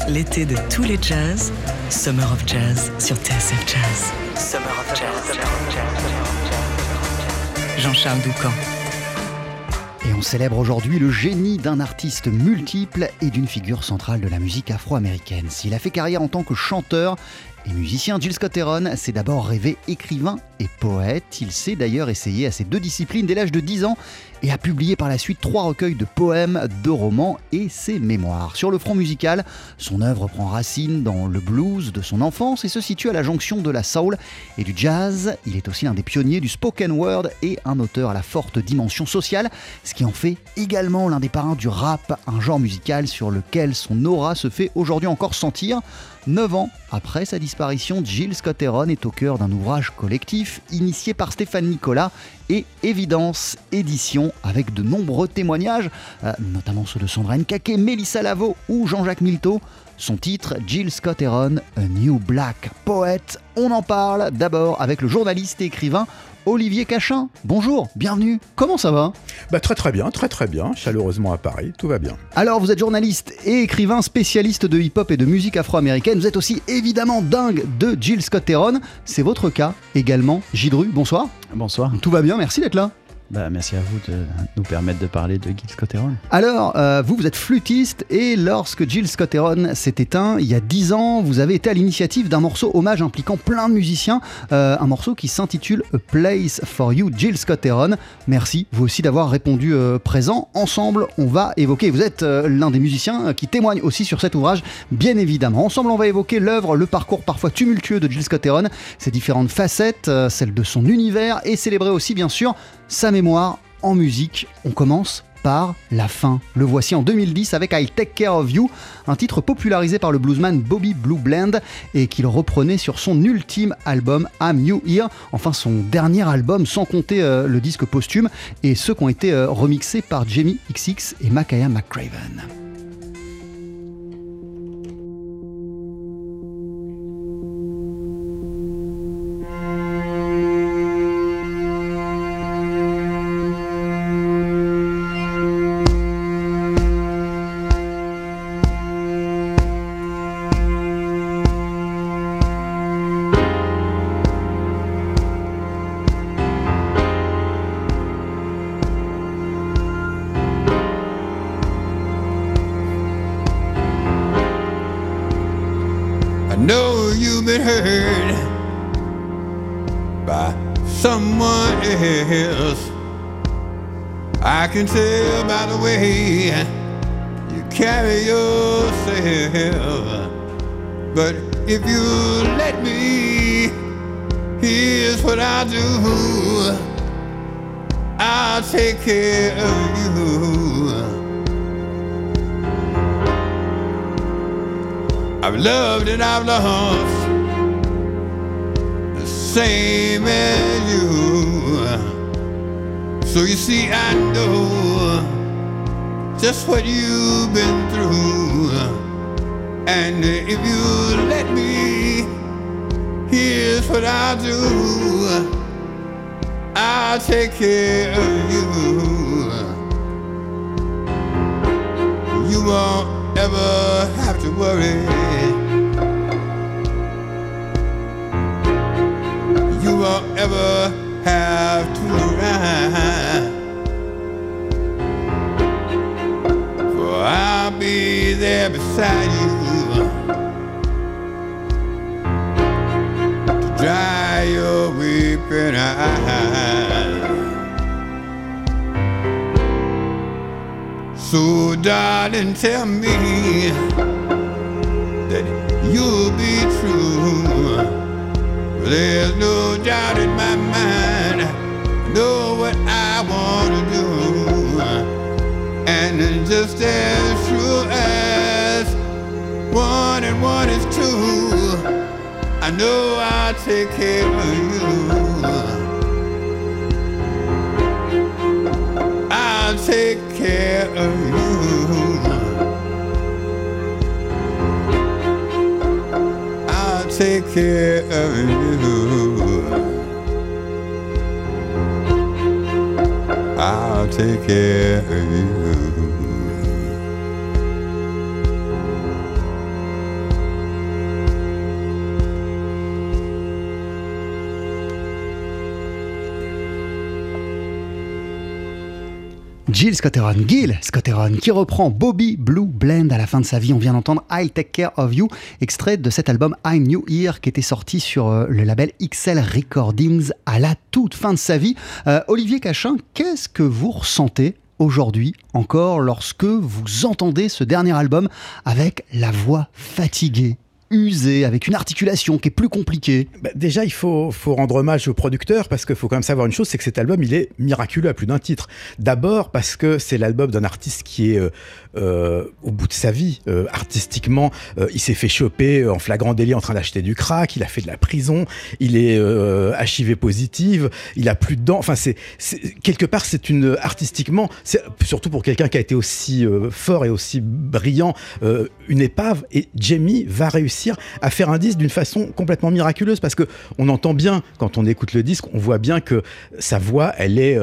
L'été de tous les jazz, Summer of Jazz sur TSF Jazz. Summer of Jazz. Jean-Charles Doucan. Et on célèbre aujourd'hui le génie d'un artiste multiple et d'une figure centrale de la musique afro-américaine. S'il a fait carrière en tant que chanteur et musicien, Gil Scott-Heron s'est d'abord rêvé écrivain et poète. Il s'est d'ailleurs essayé à ces deux disciplines dès l'âge de 10 ans et a publié par la suite 3 recueils de poèmes, de romans et ses mémoires. Sur le front musical, son œuvre prend racine dans le blues de son enfance et se situe à la jonction de la soul et du jazz. Il est aussi l'un des pionniers du spoken word et un auteur à la forte dimension sociale, ce qui en fait également l'un des parrains du rap, un genre musical sur lequel son aura se fait aujourd'hui encore sentir. 9 ans après sa disparition, Gil Scott-Heron est au cœur d'un ouvrage collectif initié par Stéphane Nicolas et Évidence Édition, avec de nombreux témoignages, notamment ceux de Sandra Nkake, Mélissa Lavo ou Jean-Jacques Milteau. Son titre, Gil Scott-Heron, A New Black Poet. On en parle d'abord avec le journaliste et écrivain Olivier Cachin. Bonjour, bienvenue, comment ça va ? Très bien, chaleureusement à Paris, tout va bien. Alors vous êtes journaliste et écrivain spécialiste de hip-hop et de musique afro-américaine, vous êtes aussi évidemment dingue de Gil Scott-Heron, c'est votre cas également. Gidru, bonsoir. Bonsoir. Tout va bien, merci d'être là. Merci à vous de nous permettre de parler de Gil Scott-Heron. Alors, vous êtes flûtiste et lorsque Gil Scott-Heron s'est éteint, il y a 10 ans, vous avez été à l'initiative d'un morceau hommage impliquant plein de musiciens, un morceau qui s'intitule A Place for You, Gil Scott-Heron. Merci, vous aussi, d'avoir répondu présent. Ensemble, on va évoquer, vous êtes l'un des musiciens qui témoigne aussi sur cet ouvrage, bien évidemment. Ensemble, on va évoquer l'œuvre, le parcours parfois tumultueux de Gil Scott-Heron, ses différentes facettes, celles de son univers et célébrer aussi, bien sûr, sa mémoire en musique. On commence par la fin. Le voici en 2010 avec I'll Take Care of You, un titre popularisé par le bluesman Bobby Blue Bland et qu'il reprenait sur son ultime album I'm New Here, enfin son dernier album sans compter le disque posthume et ceux qui ont été remixés par Jamie XX et Makaya McCraven. I know you've been hurt by someone else. I can tell by the way you carry yourself. But if you let me, here's what I'll do. I'll take care of you. I've loved and I've lost the same as you. So you see, I know just what you've been through. And if you let me, here's what I'll do. I'll take care of you. You won't ever have to worry. You won't ever have to run. For I'll be there beside you to dry your weeping eyes. So darling, tell me that you'll be true. There's no doubt in my mind, I know what I want to do. And just as true as 1 and 1 is 2, I know I'll take care of you. I'll take care of you. I'll take care of you. I'll take care of you. Gil Scott-Heron, qui reprend Bobby Blue Blend à la fin de sa vie. On vient d'entendre I'll Take Care of You, extrait de cet album I'm New Here qui était sorti sur le label XL Recordings à la toute fin de sa vie. Olivier Cachin, qu'est-ce que vous ressentez aujourd'hui encore lorsque vous entendez ce dernier album avec la voix fatiguée, usé, avec une articulation qui est plus compliquée? Déjà, il faut rendre hommage au producteur, parce qu'il faut quand même savoir une chose, c'est que cet album, il est miraculeux à plus d'un titre. D'abord parce que c'est l'album d'un artiste qui est au bout de sa vie. Artistiquement, il s'est fait choper en flagrant délit en train d'acheter du crack, il a fait de la prison, il est HIV positive, il a plus de dents. Enfin, quelque part, artistiquement, surtout pour quelqu'un qui a été aussi fort et aussi brillant, une épave. Et Jamie va réussir à faire un disque d'une façon complètement miraculeuse, parce que on entend bien, quand on écoute le disque, on voit bien que sa voix, elle est...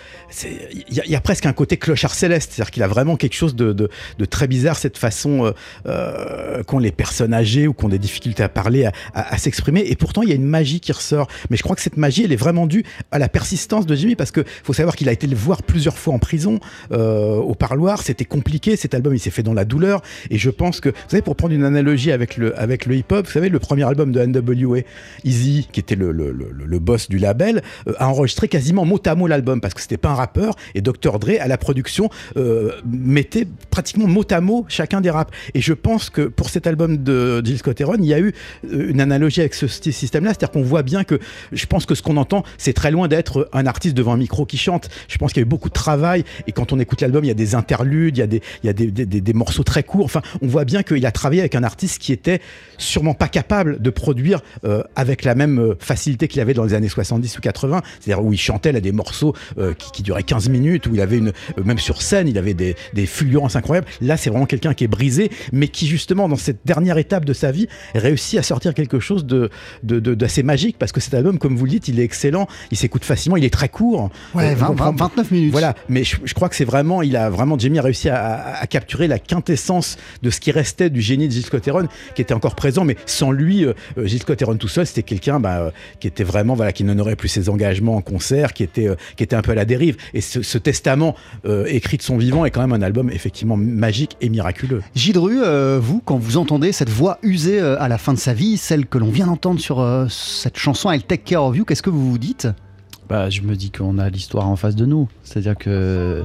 Il y a presque un côté clochard céleste, c'est-à-dire qu'il a vraiment quelque chose de très bizarre, cette façon qu'ont les personnes âgées ou qui ont des difficultés à parler, à s'exprimer, et pourtant il y a une magie qui ressort. Mais je crois que cette magie, elle est vraiment due à la persistance de Jimmy, parce que faut savoir qu'il a été le voir plusieurs fois en prison, au parloir. C'était compliqué, cet album, il s'est fait dans la douleur, et je pense que, vous savez, pour prendre une analogie avec le hip-hop, vous savez, le premier album de NWA, Eazy, qui était le boss du label, a enregistré quasiment mot à mot l'album, parce que c'était pas un rappeur, et Dr. Dre, à la production, mettait pratiquement mot à mot chacun des raps. Et je pense que pour cet album de Gil Scott-Heron, il y a eu une analogie avec ce système-là, c'est-à-dire qu'on voit bien que, je pense que ce qu'on entend, c'est très loin d'être un artiste devant un micro qui chante. Je pense qu'il y a eu beaucoup de travail, et quand on écoute l'album, il y a des interludes, il y a des morceaux très courts. Enfin, on voit bien qu'il a travaillé avec un artiste qui était sûrement pas capable de produire avec la même facilité qu'il avait dans les années 70 ou 80, c'est-à-dire où il chantait là des morceaux qui duraient 15 minutes, où il avait même sur scène, il avait des fulgurances incroyables. Là, c'est vraiment quelqu'un qui est brisé, mais qui justement, dans cette dernière étape de sa vie, réussit à sortir quelque chose d'assez magique, parce que cet album, comme vous le dites, il est excellent, il s'écoute facilement, il est très court. Ouais, 29 minutes. Voilà, mais je crois que Jamie a réussi à capturer la quintessence de ce qui restait du génie de Gil Scott-Heron, qui était encore présent, mais sans lui, Gil Scott-Heron tout seul, c'était quelqu'un qui était vraiment, qui n'honorait plus ses engagements en concert, qui était un peu à la dérive. Et ce testament écrit de son vivant est quand même un album effectivement magique et miraculeux. Gilles Dru, vous, quand vous entendez cette voix usée à la fin de sa vie, celle que l'on vient d'entendre sur cette chanson I'll Take Care of You, qu'est-ce que vous vous dites? Je me dis qu'on a l'histoire en face de nous. C'est-à-dire que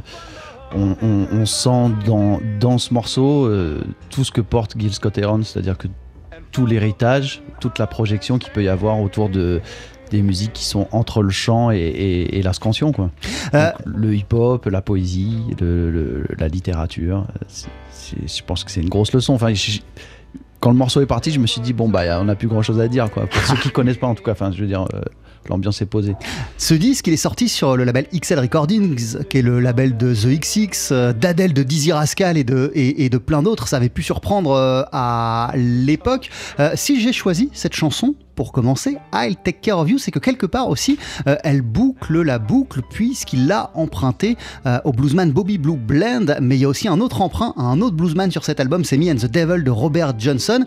on sent dans ce morceau tout ce que porte Gil Scott-Heron, c'est-à-dire que tout l'héritage, toute la projection qu'il peut y avoir autour des musiques qui sont entre le chant et la scansion, quoi. Donc, le hip-hop, la poésie, la littérature, je pense que c'est une grosse leçon. Enfin, quand le morceau est parti, je me suis dit on n'a plus grand-chose à dire, quoi. Pour ceux qui connaissent pas, en tout cas. Enfin, je veux dire. L'ambiance est posée. Ce disque, il est sorti sur le label XL Recordings, qui est le label de The XX, d'Adèle, de Dizzy Rascal et de plein d'autres. Ça avait pu surprendre à l'époque. Si j'ai choisi cette chanson, pour commencer, I'll Take Care of You, c'est que quelque part aussi, elle boucle la boucle, puisqu'il l'a emprunté au bluesman Bobby Blue Blend, mais il y a aussi un autre emprunt à un autre bluesman sur cet album, c'est Me and the Devil de Robert Johnson.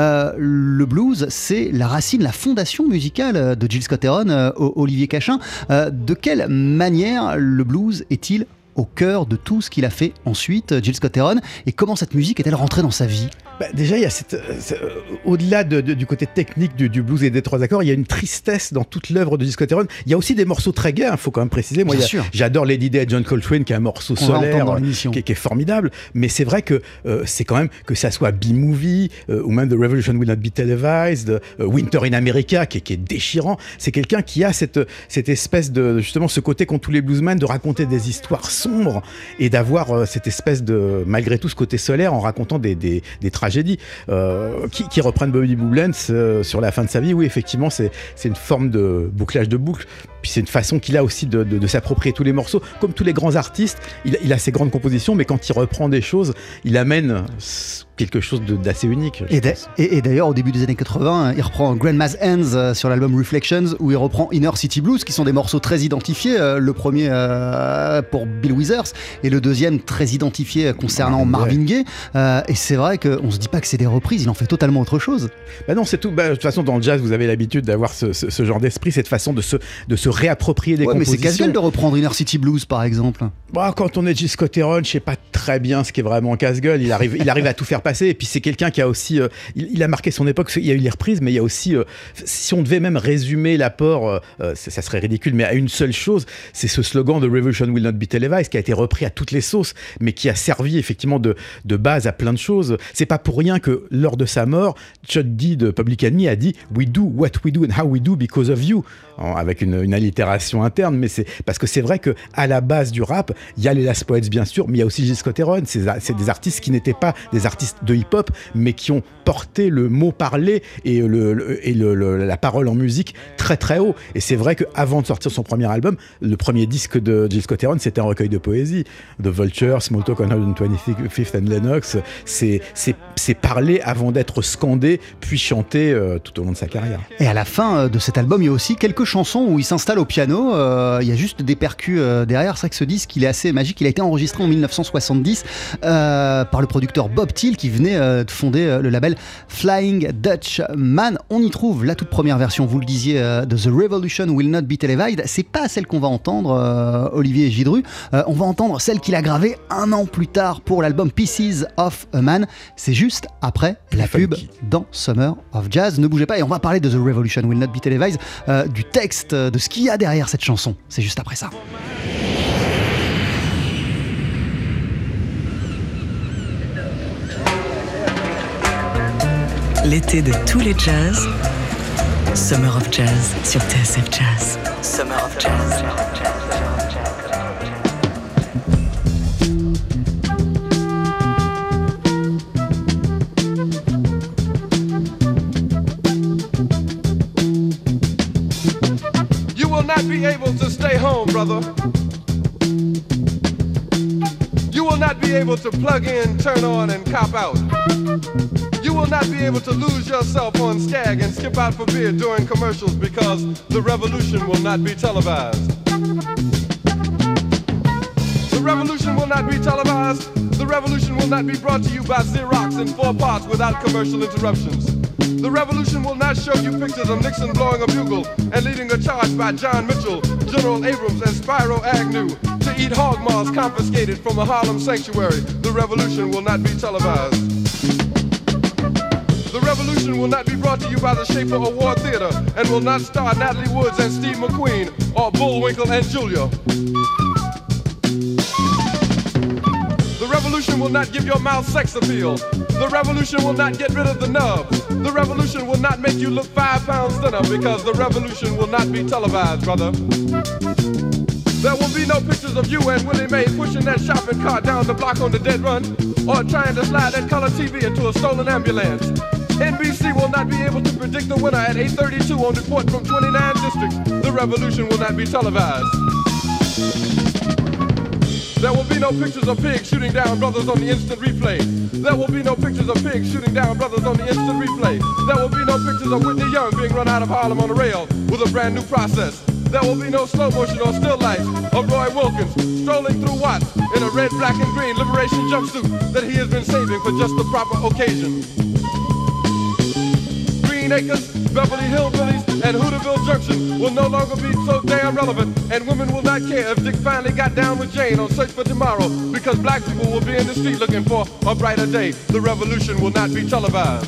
Le blues, c'est la racine, la fondation musicale de Gil Scott-Heron, Olivier Cachin. De quelle manière le blues est-il au cœur de tout ce qu'il a fait ensuite, Gil Scott-Heron, et comment cette musique est-elle rentrée dans sa vie? Déjà, il y a au-delà du côté technique du blues et des trois accords, il y a une tristesse dans toute l'œuvre de Gil Scott-Heron. Il y a aussi des morceaux très gais, il faut quand même préciser. Moi, j'adore Lady Day et John Coltrane, qui est un morceau solaire, qui est formidable. Mais c'est vrai que c'est quand même, que ça soit B-Movie, ou même The Revolution Will Not Be Televised, Winter in America, qui est déchirant. C'est quelqu'un qui a cette espèce de, justement, ce côté qu'ont tous les bluesmen, de raconter des histoires sombres et d'avoir cette espèce de, malgré tout, ce côté solaire en racontant des tragédies. Qui reprennent Bobby Blue Blend sur la fin de sa vie. Oui, effectivement, c'est une forme de bouclage de boucle. Puis c'est une façon qu'il a aussi de s'approprier tous les morceaux. Comme tous les grands artistes, il a ses grandes compositions, mais quand il reprend des choses, il amène quelque chose d'assez unique. Et d'ailleurs, au début des années 80, il reprend Grandma's Hands sur l'album Reflections, où il reprend Inner City Blues, qui sont des morceaux très identifiés. Le premier pour Bill Withers, et le deuxième très identifié concernant Marvin Gaye. Et c'est vrai qu'on se dit pas que c'est des reprises, il en fait totalement autre chose. Non, c'est tout. De toute façon, dans le jazz, vous avez l'habitude d'avoir ce genre d'esprit, cette façon de se réapproprier des Ouais, mais compositions. c'est casse-gueule de reprendre Inner City Blues, par exemple. Bah, quand on est Gil Scott-Heron, je sais pas très bien ce qui est vraiment casse-gueule. Il arrive à tout faire passer. Et puis c'est quelqu'un qui a aussi, il a marqué son époque. Il y a eu les reprises, mais il y a aussi, si on devait même résumer l'apport, ça serait ridicule, mais à une seule chose, c'est ce slogan de Revolution will not be televised qui a été repris à toutes les sauces, mais qui a servi effectivement de base à plein de choses. C'est pas pour rien que lors de sa mort, Chuck D de Public Enemy a dit "We do what we do and how we do because of you", avec une allitération interne, mais c'est parce que c'est vrai que à la base du rap, il y a les Last Poets bien sûr, mais il y a aussi Gil Scott-Heron. C'est des artistes qui n'étaient pas des artistes de hip-hop, mais qui ont porté le mot parlé et la parole en musique très très haut. Et c'est vrai qu'avant de sortir son premier album, le premier disque de Gil Scott-Heron, c'était un recueil de poésie. The Vulture, Small Talk on 125th and Lennox, c'est parlé avant d'être scandé, puis chanté tout au long de sa carrière. Et à la fin de cet album, il y a aussi quelques chansons où il s'installe au piano. Il y a juste des percus derrière. C'est vrai que ce disque, il est assez magique. Il a été enregistré en 1970 par le producteur Bob Thiel qui venait de fonder le label Flying Dutch Man. On y trouve la toute première version, vous le disiez, de The Revolution Will Not Be Televised. C'est pas celle qu'on va entendre, Olivier Gidru. On va entendre celle qu'il a gravée un an plus tard pour l'album Pieces of a Man. C'est juste après la pub dans Summer of Jazz. Ne bougez pas et on va parler de The Revolution Will Not Be Televised, du texte, de ce qu'il y a derrière cette chanson. C'est juste après ça. L'été de tous les jazz, Summer of Jazz sur TSF Jazz. Summer of Jazz. You will not be able to stay home, brother. You will not be able to plug in, turn on, and cop out. You will not be able to lose yourself on Skag and skip out for beer during commercials because the revolution will not be televised. The revolution will not be televised. The revolution will not be brought to you by Xerox in 4 parts without commercial interruptions. The revolution will not show you pictures of Nixon blowing a bugle and leading a charge by John Mitchell, General Abrams, and Spyro Agnew to eat hog maws confiscated from a Harlem sanctuary. The revolution will not be televised. The revolution will not be brought to you by the Schaefer Award Theater and will not star Natalie Woods and Steve McQueen or Bullwinkle and Julia. The revolution will not give your mouth sex appeal. The revolution will not get rid of the nub. The revolution will not make you look 5 pounds thinner because the revolution will not be televised, brother. There will be no pictures of you and Willie Mae pushing that shopping cart down the block on the dead run or trying to slide that color TV into a stolen ambulance. NBC will not be able to predict the winner at 8:32 on report from 29 districts. The revolution will not be televised. There will be no pictures of pigs shooting down brothers on the instant replay. There will be no pictures of pigs shooting down brothers on the instant replay. There will be no pictures of Whitney Young being run out of Harlem on a rail with a brand new process. There will be no slow motion or still life of Roy Wilkins strolling through Watts in a red, black, and green liberation jumpsuit that he has been saving for just the proper occasion. Green Acres, Beverly Hillbillies, and Hooterville Junction will no longer be so damn relevant, and women will not care if Dick finally got down with Jane on Search for Tomorrow, because black people will be in the street looking for a brighter day. The revolution will not be televised.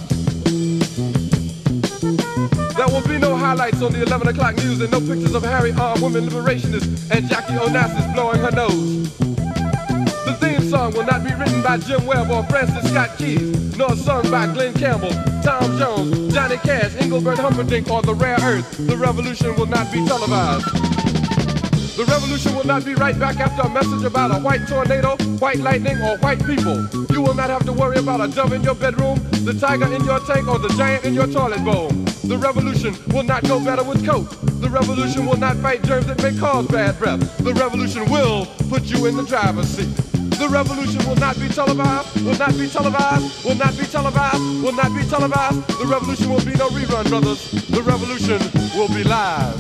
There will be no highlights on the 11 o'clock news and no pictures of Harry armed women liberationists and Jackie Onassis blowing her nose. The theme song will not be written by Jim Webb or Francis Scott Keys, nor sung by Glenn Campbell, Tom Jones, Johnny Cash, Engelbert Humperdinck, or The Rare Earth. The revolution will not be televised. The revolution will not be right back after a message about a white tornado, white lightning, or white people. You will not have to worry about a dove in your bedroom, the tiger in your tank, or the giant in your toilet bowl. The revolution will not go better with Coke. The revolution will not fight germs that may cause bad breath. The revolution will put you in the driver's seat. The revolution will not be televised, will not be televised, will not be televised, will not be televised. The revolution will be no rerun, brothers. The revolution will be live.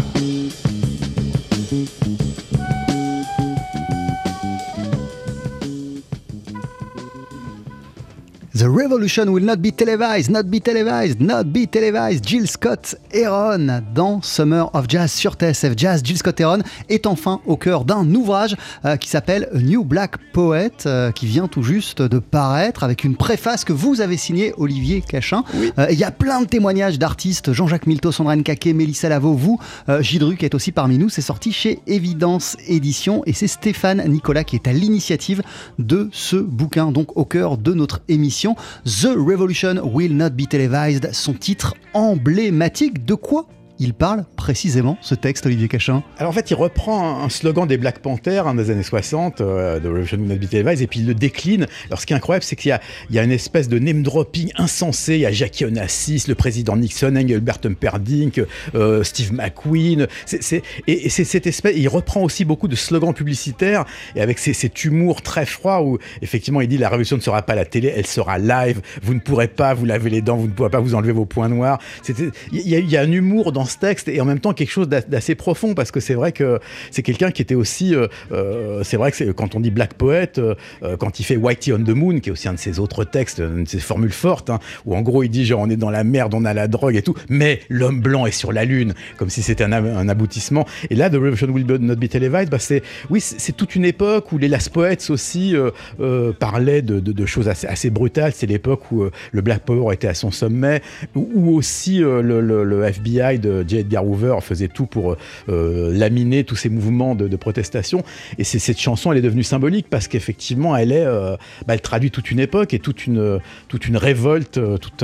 The The Revolution will not be televised, not be televised, not be televised. Jill Scott Heron dans Summer of Jazz sur TSF Jazz. Jill Scott Heron est enfin au cœur d'un ouvrage qui s'appelle A New Black Poet, qui vient tout juste de paraître avec une préface que vous avez signée, Olivier Cachin. Oui. Il y a plein de témoignages d'artistes, Jean-Jacques Milteau, Sandrine Caquet, Mélissa Lavo, vous, Gidru qui est aussi parmi nous. C'est sorti chez Évidence Édition et c'est Stéphane Nicolas qui est à l'initiative de ce bouquin, donc au cœur de notre émission. The Revolution will not be televised, son titre emblématique. De quoi il parle précisément, ce texte, Olivier Cachin? Alors en fait, il reprend un slogan des Black Panthers des années 60, The Revolution will not be televised, et puis il le décline. Alors ce qui est incroyable, c'est qu'il y a une espèce de name-dropping insensé. Il y a Jackie Onassis, le président Nixon, Engelbert Humperdinck, Steve McQueen. Et c'est cette espèce. Il reprend aussi beaucoup de slogans publicitaires, et avec cet humour très froid où effectivement il dit la révolution ne sera pas à la télé, elle sera live. Vous ne pourrez pas vous laver les dents, vous ne pourrez pas vous enlever vos points noirs. Il y a un humour dans ce texte et en même temps quelque chose d'assez profond, parce que c'est vrai que c'est quelqu'un qui était aussi c'est vrai que quand on dit Black Poet, quand il fait Whitey on the Moon, qui est aussi un de ses autres textes, une de ses formules fortes, où en gros il dit genre on est dans la merde, on a la drogue et tout, mais l'homme blanc est sur la lune, comme si c'était un aboutissement. Et là, The Revolution will not be televised, c'est toute une époque où les Last Poets aussi parlaient de choses assez brutales. C'est l'époque où le Black Power était à son sommet, où aussi le FBI de J. Edgar Hoover faisait tout pour laminer tous ces mouvements de protestation. Et cette chanson, elle est devenue symbolique parce qu'effectivement, elle traduit toute une époque et toute une révolte,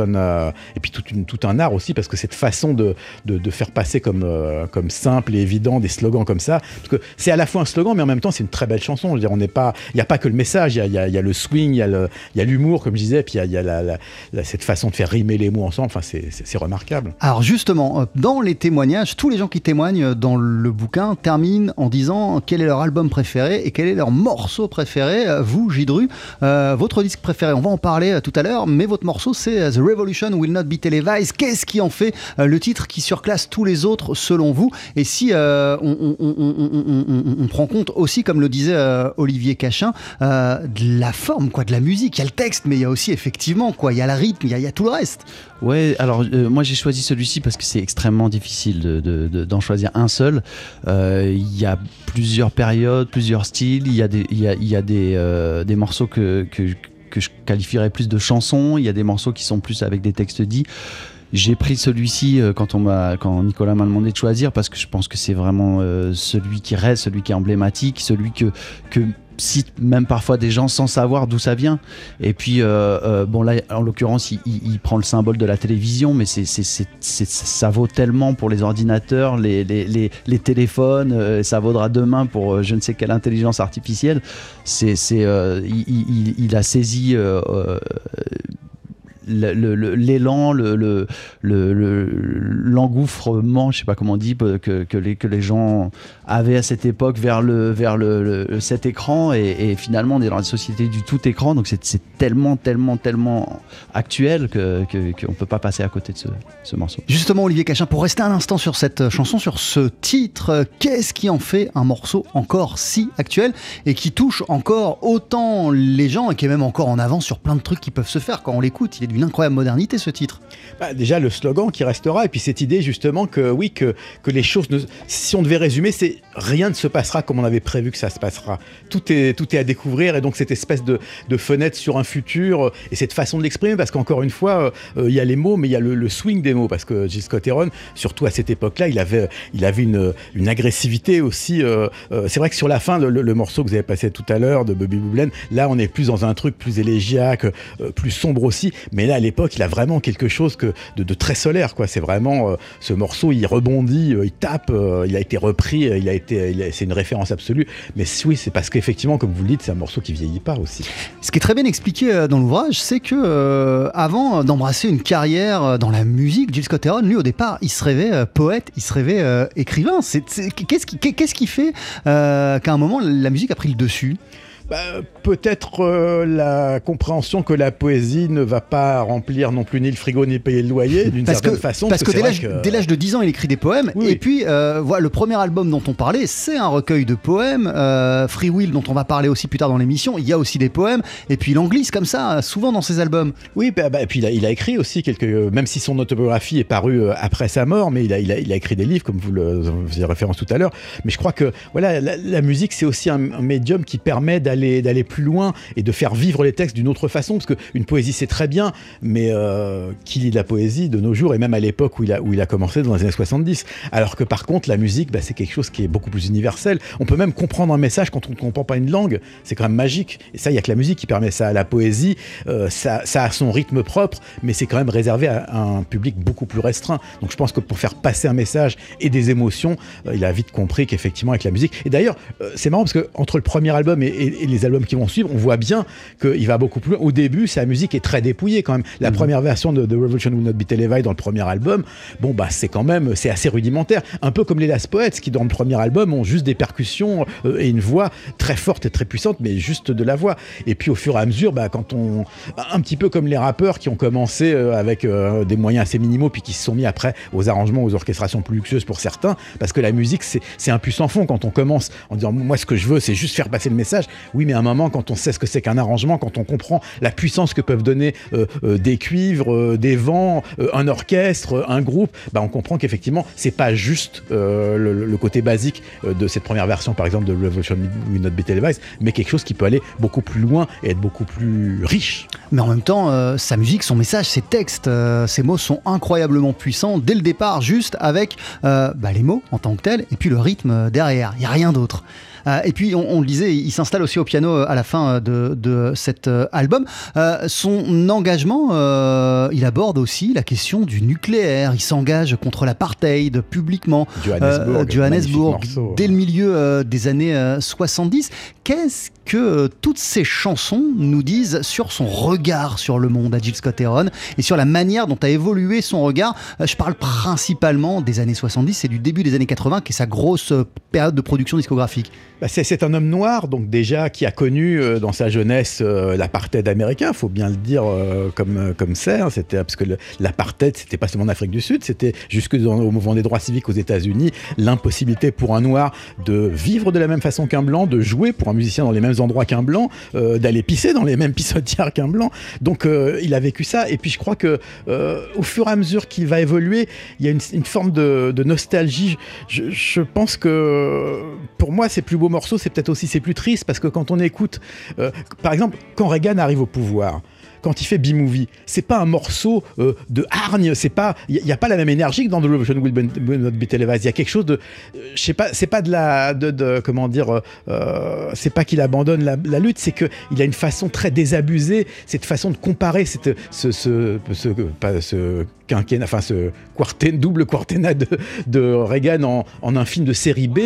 et puis tout un art aussi, parce que cette façon de faire passer comme simple et évident des slogans comme ça, parce que c'est à la fois un slogan, mais en même temps, c'est une très belle chanson. Je veux dire, il n'y a pas que le message, il y a le swing, il y a l'humour, comme je disais, et puis il y a cette façon de faire rimer les mots ensemble. Enfin, c'est remarquable. Alors justement, dans les témoignages, tous les gens qui témoignent dans le bouquin terminent en disant quel est leur album préféré et quel est leur morceau préféré. Vous, Gidru, votre disque préféré, on va en parler tout à l'heure, mais votre morceau, c'est The Revolution will not be televised. Qu'est-ce qui en fait le titre qui surclasse tous les autres selon vous? Et si on prend compte aussi, comme le disait Olivier Cachin, de la forme, de la musique. Il y a le texte, mais il y a aussi effectivement, il y a le rythme, il y a tout le reste. Ouais, alors moi j'ai choisi celui-ci parce que c'est extrêmement difficile d'en choisir un seul. Il y a plusieurs périodes, plusieurs styles. Il y a des morceaux que je qualifierais plus de chansons. Il y a des morceaux qui sont plus avec des textes dits. J'ai pris celui-ci quand Nicolas m'a demandé de choisir, parce que je pense que c'est vraiment celui qui reste, celui qui est emblématique, celui que citent même parfois des gens sans savoir d'où ça vient. Et puis bon là en l'occurrence il prend le symbole de la télévision, mais ça vaut tellement pour les ordinateurs, les téléphones, ça vaudra demain pour je ne sais quelle intelligence artificielle. Il a saisi l'élan, l'engouffrement, je sais pas comment on dit, que les gens avaient à cette époque vers cet écran, et finalement on est dans une société du tout écran, donc c'est tellement actuel qu'on peut pas passer à côté de ce morceau. Justement, Olivier Cachin, pour rester un instant sur cette chanson, sur ce titre, qu'est-ce qui en fait un morceau encore si actuel et qui touche encore autant les gens et qui est même encore en avance sur plein de trucs qui peuvent se faire quand on l'écoute? Il est d'une incroyable modernité, ce titre. Déjà le slogan qui restera, et puis cette idée justement que les choses, si on devait résumer, c'est rien ne se passera comme on avait prévu que ça se passera. Tout est à découvrir, et donc cette espèce de fenêtre sur un futur, et cette façon de l'exprimer, parce qu'encore une fois, il y a les mots, mais il y a le swing des mots, parce que Jill Scott Heron, surtout à cette époque-là, il avait une agressivité aussi. C'est vrai que sur la fin, le morceau que vous avez passé tout à l'heure de Bobby Boublen, là on est plus dans un truc plus élégiaque, plus sombre aussi, mais là à l'époque il a vraiment quelque chose de très solaire, quoi. C'est vraiment ce morceau, il rebondit, il tape, il a été repris, c'est une référence absolue, mais oui, c'est parce qu'effectivement, comme vous le dites, c'est un morceau qui vieillit pas aussi. Ce qui est très bien expliqué dans l'ouvrage, c'est que avant d'embrasser une carrière dans la musique, Jill Scott Heron, lui au départ, il se rêvait poète, il se rêvait écrivain. Qu'est-ce qui fait qu'à un moment la musique a pris le dessus? Peut-être la compréhension que la poésie ne va pas remplir non plus ni le frigo ni payer le loyer d'une certaine façon. Parce que dès l'âge de 10 ans, il écrit des poèmes. Oui. Et puis, voilà, le premier album dont on parlait, c'est un recueil de poèmes. Free Will, dont on va parler aussi plus tard dans l'émission, il y a aussi des poèmes. Et puis, il en glisse comme ça, souvent dans ses albums. Oui, et puis il a écrit aussi même si son autobiographie est parue après sa mort, mais il a écrit des livres, comme vous faisiez référence tout à l'heure. Mais je crois que voilà, la musique, c'est aussi un médium qui permet d'aller plus loin et de faire vivre les textes d'une autre façon, parce qu'une poésie c'est très bien, mais qui lit de la poésie de nos jours, et même à l'époque où il a commencé dans les années 70, alors que par contre la musique, c'est quelque chose qui est beaucoup plus universel. On peut même comprendre un message quand on ne comprend pas une langue, c'est quand même magique, et ça il n'y a que la musique qui permet ça. La poésie, ça a son rythme propre, mais c'est quand même réservé à un public beaucoup plus restreint, donc je pense que pour faire passer un message et des émotions, il a vite compris qu'effectivement avec la musique, et d'ailleurs c'est marrant parce que entre le premier album et les albums qui vont suivre, on voit bien qu'il va beaucoup plus loin. Au début, sa musique est très dépouillée quand même. La première version de The Revolution Will Not Be Televised dans le premier album, c'est assez rudimentaire. Un peu comme les Last Poets qui dans le premier album ont juste des percussions et une voix très forte et très puissante, mais juste de la voix. Et puis au fur et à mesure, un petit peu comme les rappeurs qui ont commencé avec des moyens assez minimaux, puis qui se sont mis après aux arrangements, aux orchestrations plus luxueuses pour certains, parce que la musique c'est un puissant fond. Quand on commence en disant moi ce que je veux c'est juste faire passer le message, oui, mais à un moment quand on sait ce que c'est qu'un arrangement, quand on comprend la puissance que peuvent donner des cuivres, des vents, un orchestre, un groupe, on comprend qu'effectivement c'est pas juste le côté basique de cette première version par exemple de Revolution Will Not Be Televised, mais quelque chose qui peut aller beaucoup plus loin et être beaucoup plus riche. Mais en même temps, sa musique, son message, ses textes, ses mots sont incroyablement puissants dès le départ, juste avec les mots en tant que tels et puis le rythme derrière, il n'y a rien d'autre. Et puis on le disait, il s'installe aussi au piano à la fin de cet album. Son engagement, il aborde aussi la question du nucléaire. Il s'engage contre l'apartheid publiquement. Johannesburg dès le milieu des années 70. Qu'est-ce que toutes ces chansons nous disent sur son regard sur le monde à Gil Scott-Heron et sur la manière dont a évolué son regard? Je parle principalement des années 70 et du début des années 80 qui est sa grosse période de production discographique. C'est un homme noir, donc déjà, qui a connu dans sa jeunesse l'apartheid américain, il faut bien le dire comme c'est. Parce que l'apartheid, c'était pas seulement en Afrique du Sud, c'était jusque au mouvement des droits civiques aux États-Unis, l'impossibilité pour un noir de vivre de la même façon qu'un blanc, de jouer pour un musicien dans les mêmes endroits qu'un blanc, d'aller pisser dans les mêmes pissotières qu'un blanc. Donc il a vécu ça, et puis je crois que au fur et à mesure qu'il va évoluer, il y a une forme de nostalgie. Je pense que pour moi, ses plus beaux morceaux, c'est peut-être aussi ses plus tristes, parce que quand on écoute, par exemple, quand Reagan arrive au pouvoir, quand il fait B-Movie, c'est pas un morceau de hargne, il y a pas la même énergie que dans The Revolution Will Not Be Televised. Il y a quelque chose de, je sais pas, c'est pas comment dire, c'est pas qu'il abandonne la lutte, c'est que il a une façon très désabusée, cette façon de comparer ce quinquennat, enfin ce double quartennat de Reagan en un film de série B.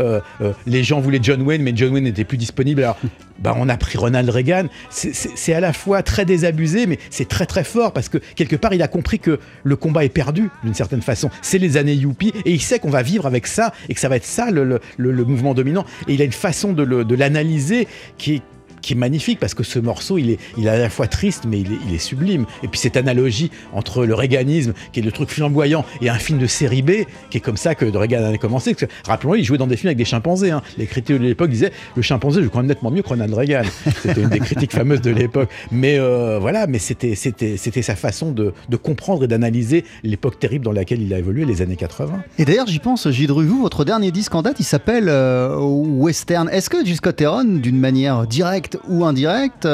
Les gens voulaient John Wayne, mais John Wayne n'était plus disponible. Alors, on a pris Ronald Reagan. C'est à la fois très désabusé, mais c'est très très fort, parce que quelque part il a compris que le combat est perdu d'une certaine façon. C'est les années youpi, et il sait qu'on va vivre avec ça et que ça va être ça le mouvement dominant. Et il a une façon de l'analyser qui est magnifique, parce que ce morceau il est à la fois triste, mais il est sublime. Et puis cette analogie entre le réganisme, qui est le truc flamboyant, et un film de série B, qui est comme ça que Reagan a commencé. Parce que, rappelons-le, il jouait dans des films avec des chimpanzés. Les critiques de l'époque disaient le chimpanzé joue quand même nettement mieux que Ronald Reagan. C'était une des critiques fameuses de l'époque. Mais voilà, mais c'était sa façon de comprendre et d'analyser l'époque terrible dans laquelle il a évolué, les années 80. Et d'ailleurs, j'y pense, Gilles Druvou, votre dernier disque en date, il s'appelle Western. Est-ce que Gil Scott-Heron, d'une manière directe ou indirecte,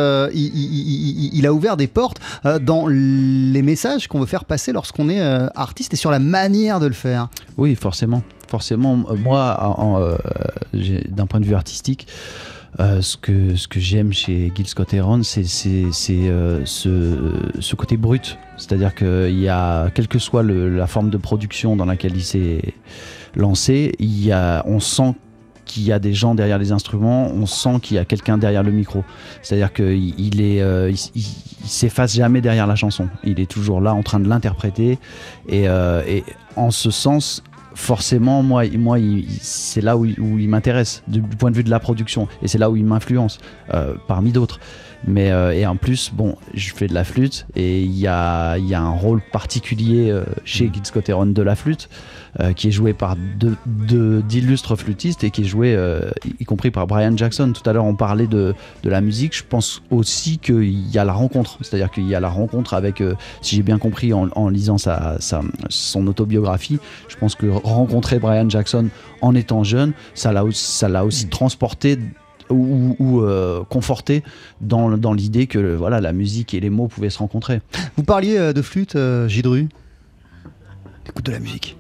il a ouvert des portes dans les messages qu'on veut faire passer lorsqu'on est artiste, et sur la manière de le faire? Oui, forcément. Moi, d'un point de vue artistique, ce que j'aime chez Gil Scott-Heron, c'est ce côté brut. C'est-à-dire qu'il y a, quelle que soit la forme de production dans laquelle il s'est lancé, on sent qu'il y a des gens derrière les instruments, on sent qu'il y a quelqu'un derrière le micro. C'est-à-dire qu'il s'efface jamais derrière la chanson. Il est toujours là en train de l'interpréter, et en ce sens, forcément, moi c'est là où il m'intéresse du point de vue de la production, et c'est là où il m'influence parmi d'autres. Mais et en plus, bon, je fais de la flûte et il y a un rôle particulier chez Gil Scott-Heron de la flûte qui est joué par d'illustres flûtistes et qui est joué y compris par Brian Jackson. Tout à l'heure on parlait de la musique, je pense aussi qu'il y a la rencontre, c'est-à-dire qu'il y a la rencontre avec, si j'ai bien compris en lisant son autobiographie, je pense que rencontrer Brian Jackson en étant jeune, ça l'a aussi transporté ou conforté dans l'idée que voilà, la musique et les mots pouvaient se rencontrer. Vous parliez de flûte, Gidru. Écoute de la musique.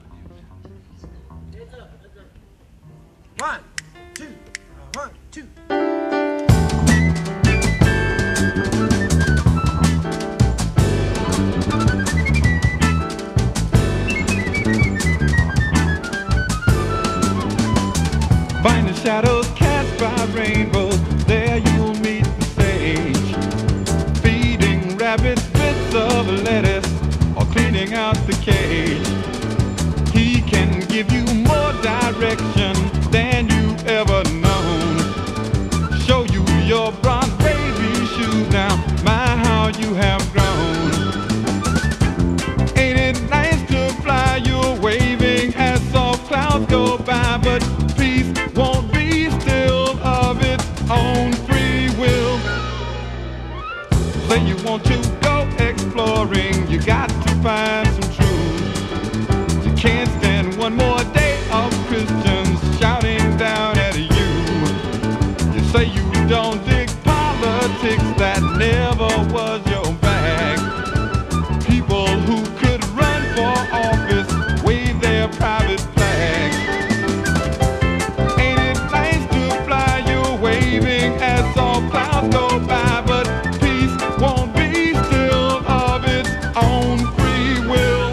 Find the shadows cast by rainbows, there you'll meet the sage. Feeding rabbits bits of lettuce or cleaning out the cage. He can give you more direction than you've ever known. Show you your bronze baby shoes now, my how you have grown. Ain't it nice to fly, you're waving as soft clouds go by, but peace won't be still of its own free will. Say you want to go exploring, you got to find some truth. You can't stand one more day of Christians shouting down at you. You say you don't dig politics, that never was your bag. People who could run for office wave their private flags. As all clouds go by, but peace won't be still of its own free will.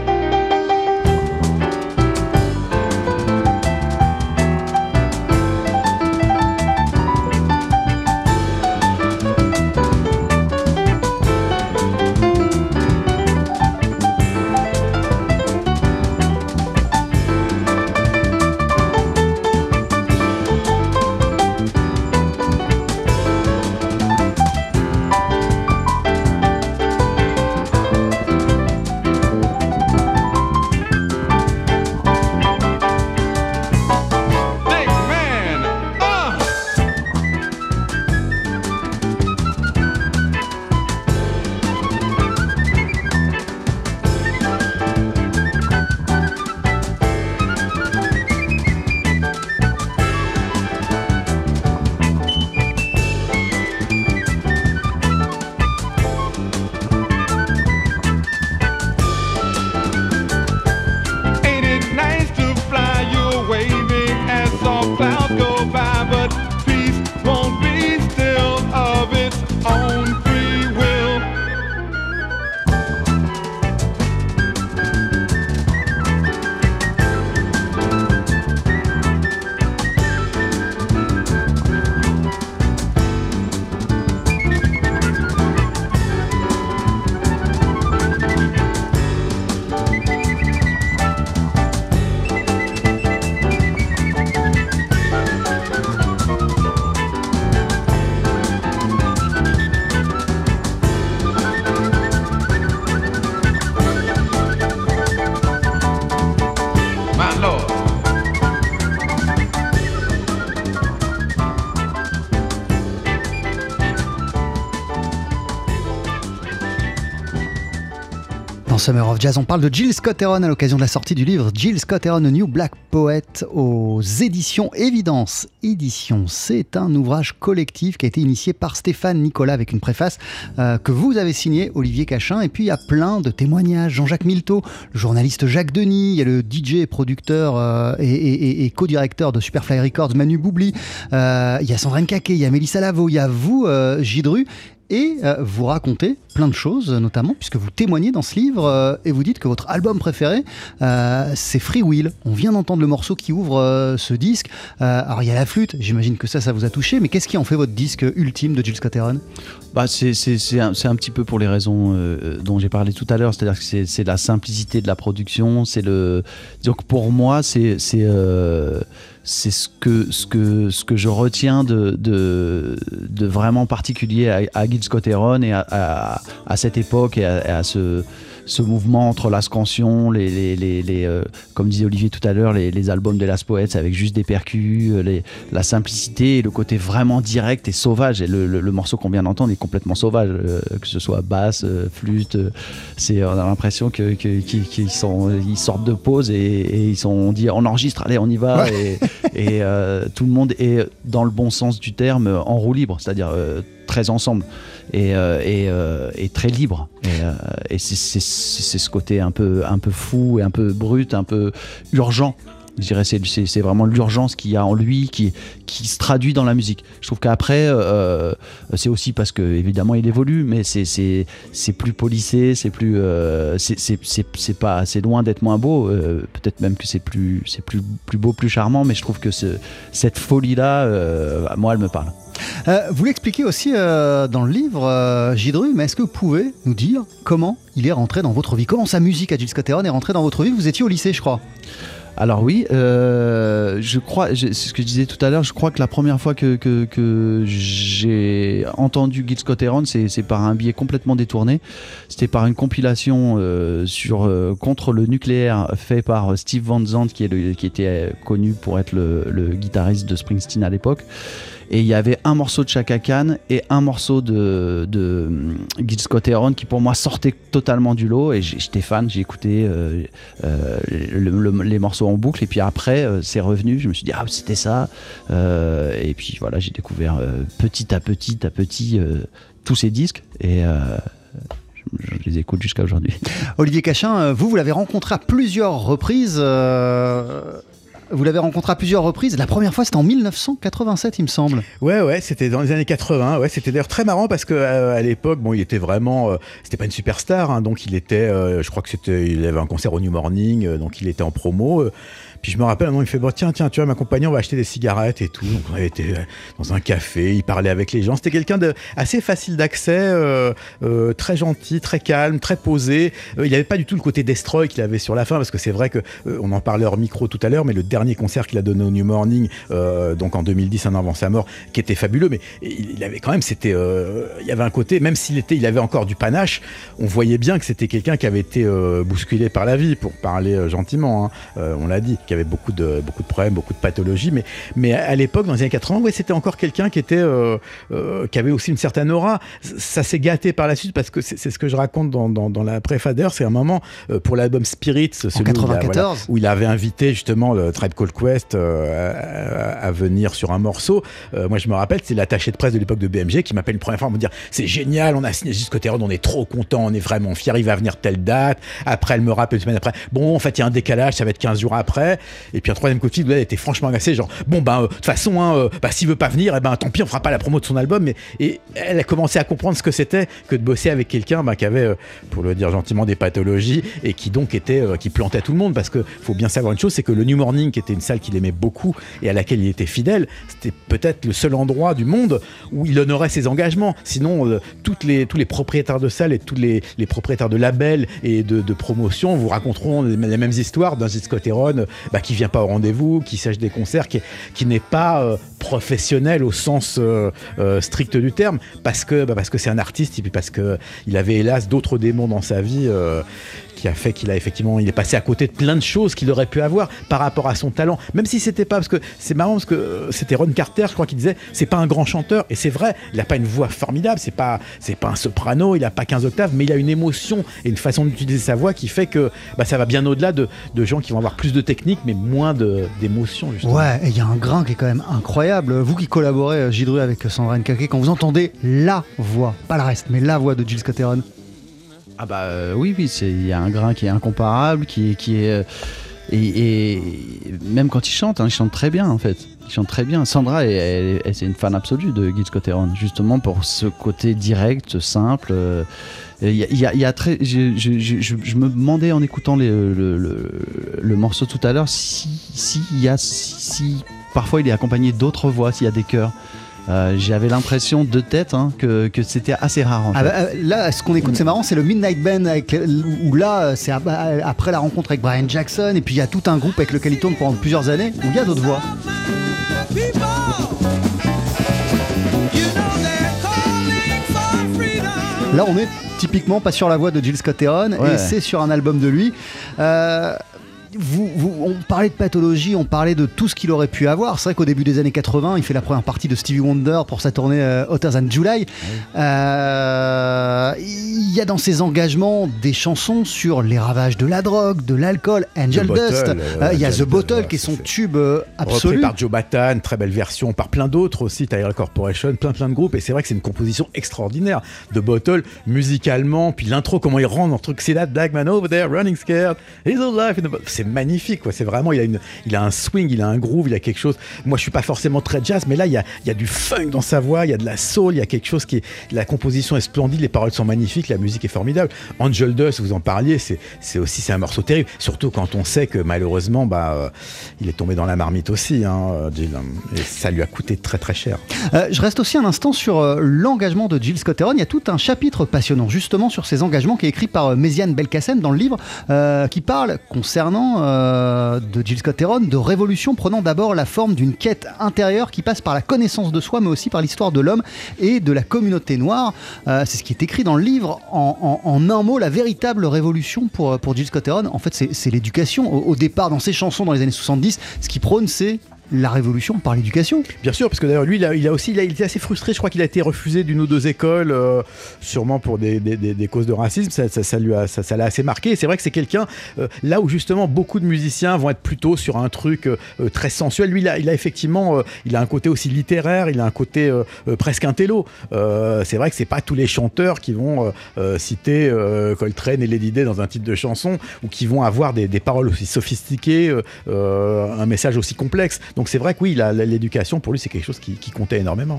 Dans Summer of Jazz, on parle de Gil Scott-Heron à l'occasion de la sortie du livre Gil Scott-Heron, A New Black Poet aux éditions Évidence Éditions. C'est un ouvrage collectif qui a été initié par Stéphane Nicolas avec une préface que vous avez signée, Olivier Cachin. Et puis il y a plein de témoignages. Jean-Jacques Milteau, le journaliste Jacques Denis, il y a le DJ, producteur et co-directeur de Superfly Records, Manu Boubli, il y a Sandrine Caquet, il y a Mélissa Lavo, il y a vous, Gidru. et vous racontez plein de choses, notamment puisque vous témoignez dans ce livre et vous dites que votre album préféré, c'est Free Will. On vient d'entendre le morceau qui ouvre ce disque. Alors il y a la flûte, j'imagine que ça vous a touché, mais qu'est-ce qui en fait votre disque ultime de Giles Scott-Heron ? C'est un petit peu pour les raisons dont j'ai parlé tout à l'heure, c'est-à-dire que c'est la simplicité de la production, donc pour moi c'est ce que je retiens de vraiment particulier à Giles Scott-Heron et à cette époque et à ce mouvement entre la scansion, comme disait Olivier tout à l'heure, les albums de Last Poets avec juste des percus, la simplicité et le côté vraiment direct et sauvage. Et le morceau qu'on vient d'entendre est complètement sauvage, que ce soit basse, flûte. On a l'impression qu'ils sortent de pause et on dit on enregistre, allez on y va. Ouais. Et tout le monde est dans le bon sens du terme en roue libre, c'est-à-dire très ensemble et très libre. Et c'est ce côté un peu fou et un peu brut, un peu urgent. Je dirais c'est vraiment l'urgence qu'il y a en lui qui se traduit dans la musique. Je trouve qu'après c'est aussi parce que évidemment il évolue, mais c'est plus polissé, c'est plus c'est loin d'être moins beau. Peut-être même que c'est plus beau, plus charmant, mais je trouve que cette folie là, moi elle me parle. Vous l'expliquez aussi dans le livre, Gidru, mais est-ce que vous pouvez nous dire comment il est rentré dans votre vie ? Comment sa musique à Giles Scott-Heron est rentrée dans votre vie ? Vous étiez au lycée, je crois. Alors oui, je crois, c'est ce que je disais tout à l'heure, je crois que la première fois que j'ai entendu Giles Scott-Heron, c'est par un biais complètement détourné. C'était par une compilation contre le nucléaire fait par Steve Van Zandt, qui était connu pour être le guitariste de Springsteen à l'époque. Et il y avait un morceau de Chaka Khan et un morceau de Giles Scott-Heron qui pour moi sortait totalement du lot, et j'étais fan, j'ai écouté les morceaux en boucle, et puis après c'est revenu, je me suis dit ah c'était ça, et puis voilà, j'ai découvert petit à petit tous ces disques, et je les écoute jusqu'à aujourd'hui. Olivier Cachin, vous l'avez rencontré à plusieurs reprises. La première fois, c'était en 1987, il me semble. Ouais, c'était dans les années 80. Ouais, c'était d'ailleurs très marrant parce que à l'époque, bon, il était vraiment, c'était pas une superstar, hein, donc il était, je crois que il avait un concert au New Morning, donc il était en promo. Puis je me rappelle, un moment, il fait tiens, tu vas m'accompagner, on va acheter des cigarettes et tout. Donc on avait été dans un café, il parlait avec les gens. C'était quelqu'un de assez facile d'accès, très gentil, très calme, très posé. Il n'avait pas du tout le côté destroy qu'il avait sur la fin, parce que c'est vrai que on en parlait hors micro tout à l'heure, mais le dernier concert qu'il a donné au New Morning, donc en 2010, un an avant sa mort, qui était fabuleux, mais il avait quand même, il y avait un côté, même il avait encore du panache, on voyait bien que c'était quelqu'un qui avait été bousculé par la vie, pour parler gentiment, hein. On l'a dit, qui avait beaucoup de problèmes, beaucoup de pathologies, mais à l'époque, dans les années 80, ouais, c'était encore quelqu'un qui avait aussi une certaine aura. Ça s'est gâté par la suite, parce que c'est ce que je raconte dans la préface. D'ailleurs, c'est un moment pour l'album Spirit, celui 94. Où il avait invité justement le Tribe Called Quest à venir sur un morceau. Moi, je me rappelle, c'est l'attaché de presse de l'époque de BMG qui m'appelle une première fois pour me dire c'est génial, on a signé Giles Scott-Heron, on est trop content, on est vraiment fiers, il va venir telle date. Après, elle me rappelle une semaine après, bon, en fait, il y a un décalage, ça va être 15 jours après. Et puis un troisième coup de fil, elle était franchement agacée, genre bon de toute façon, hein, s'il veut pas venir, tant pis, on fera pas la promo de son album. Et elle a commencé à comprendre ce que c'était que de bosser avec quelqu'un qui avait, pour le dire gentiment, des pathologies, et qui donc qui plantait tout le monde, parce que faut bien savoir une chose, c'est que le New Morning, qui était une salle qu'il aimait beaucoup et à laquelle il était fidèle, c'était peut-être le seul endroit du monde où il honorait ses engagements. Sinon, tous les propriétaires de salles et tous les propriétaires de labels et de promotions vous raconteront les mêmes histoires d'un Giles Scott-Heron qui vient pas au rendez-vous, qui sèche des concerts, qui n'est pas professionnel au sens strict du terme, parce que c'est un artiste, et puis parce que il avait hélas d'autres démons dans sa vie qui a fait qu'il est passé à côté de plein de choses qu'il aurait pu avoir par rapport à son talent, même si c'était pas, parce que c'est marrant, parce que c'était Ron Carter, je crois, qui disait c'est pas un grand chanteur, et c'est vrai, il a pas une voix formidable, c'est pas un soprano, il a pas 15 octaves, mais il a une émotion et une façon d'utiliser sa voix qui fait que ça va bien au-delà de gens qui vont avoir plus de technique mais moins d'émotion, justement. Ouais, et il y a un grain qui est quand même incroyable. Vous qui collaborez, Gidru, avec Sandra Nkake, quand vous entendez la voix, pas le reste, mais la voix de Giles Scott-Heron. Oui, il y a un grain qui est incomparable, qui est Et même quand il chante très bien en fait. Il chante très bien. Sandra, c'est une fan absolue de Gil Scott-Heron, justement pour ce côté direct, simple. Je me demandais en écoutant le morceau tout à l'heure si parfois il est accompagné d'autres voix, s'il y a des chœurs. J'avais l'impression de tête que c'était assez rare en fait. Là, ce qu'on écoute, c'est marrant, c'est le Midnight Band où là, c'est après la rencontre avec Brian Jackson, et puis il y a tout un groupe avec lequel il tourne pendant plusieurs années où il y a d'autres voix. Là, on est typiquement pas sur la voix de Gil Scott-Heron, et c'est sur un album de lui. On parlait de pathologie, on parlait de tout ce qu'il aurait pu avoir. C'est vrai qu'au début des années 80, il fait la première partie de Stevie Wonder pour sa tournée Hotter Than July. Il y a dans ses engagements des chansons sur les ravages de la drogue, de l'alcool, Angel Dust. Il y a The Bottle qui est son tube absolu. Repris par Joe Bataan, très belle version, par plein d'autres aussi, Tyrell Corporation, plein de groupes. Et c'est vrai que c'est une composition extraordinaire. The Bottle, musicalement, puis l'intro, comment il rentre dans le truc, c'est that black man over there, running scared, he's alive. C'est magnifique, quoi. C'est vraiment, il a un swing, il a un groove, il a quelque chose. Moi, je suis pas forcément très jazz, mais là, il y a du funk dans sa voix, il y a de la soul, il y a quelque chose la composition est splendide, les paroles sont magnifiques, la musique est formidable. Angel Dust, vous en parliez, c'est un morceau terrible, surtout quand on sait que malheureusement, il est tombé dans la marmite aussi, Gil, et ça lui a coûté très très cher. Je reste aussi un instant sur l'engagement de Gil Scott-Heron. Il y a tout un chapitre passionnant justement sur ses engagements qui est écrit par Méziane Belkacem dans le livre qui parle concernant de Gil Scott-Heron de révolution prenant d'abord la forme d'une quête intérieure qui passe par la connaissance de soi mais aussi par l'histoire de l'homme et de la communauté noire. C'est ce qui est écrit dans le livre. En un mot, la véritable révolution pour Gil Scott-Heron, en fait, c'est l'éducation. Au départ, dans ses chansons dans les années 70, ce qu'il prône, c'est la révolution par l'éducation. Bien sûr, parce que d'ailleurs lui il était assez frustré, je crois qu'il a été refusé d'une ou deux écoles, sûrement pour des causes de racisme, ça l'a assez marqué, et c'est vrai que c'est quelqu'un là où justement beaucoup de musiciens vont être plutôt sur un truc très sensuel, lui il a effectivement il a un côté aussi littéraire, il a un côté presque intello, c'est vrai que c'est pas tous les chanteurs qui vont citer Coltrane et Lady Day dans un titre de chanson, ou qui vont avoir des paroles aussi sophistiquées, un message aussi complexe. Donc c'est vrai que oui, l'éducation pour lui c'est quelque chose qui comptait énormément.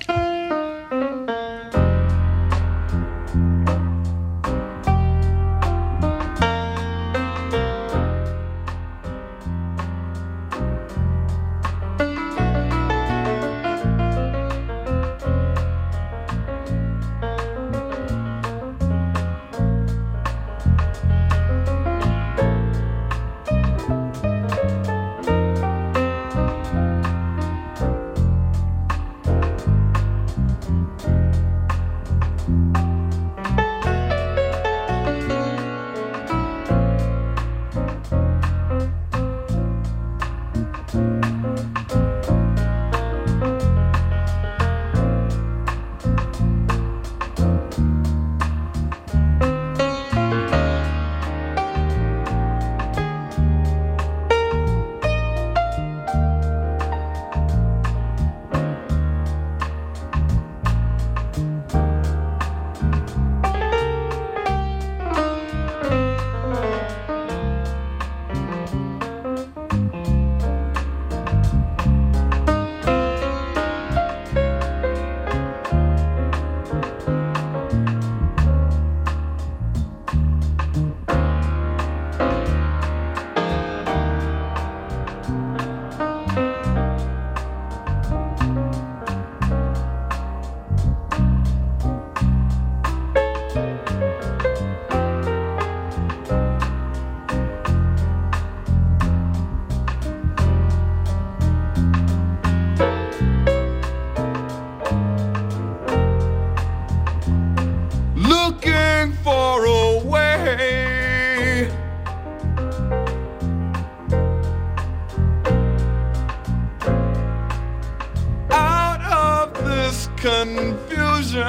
Confusion.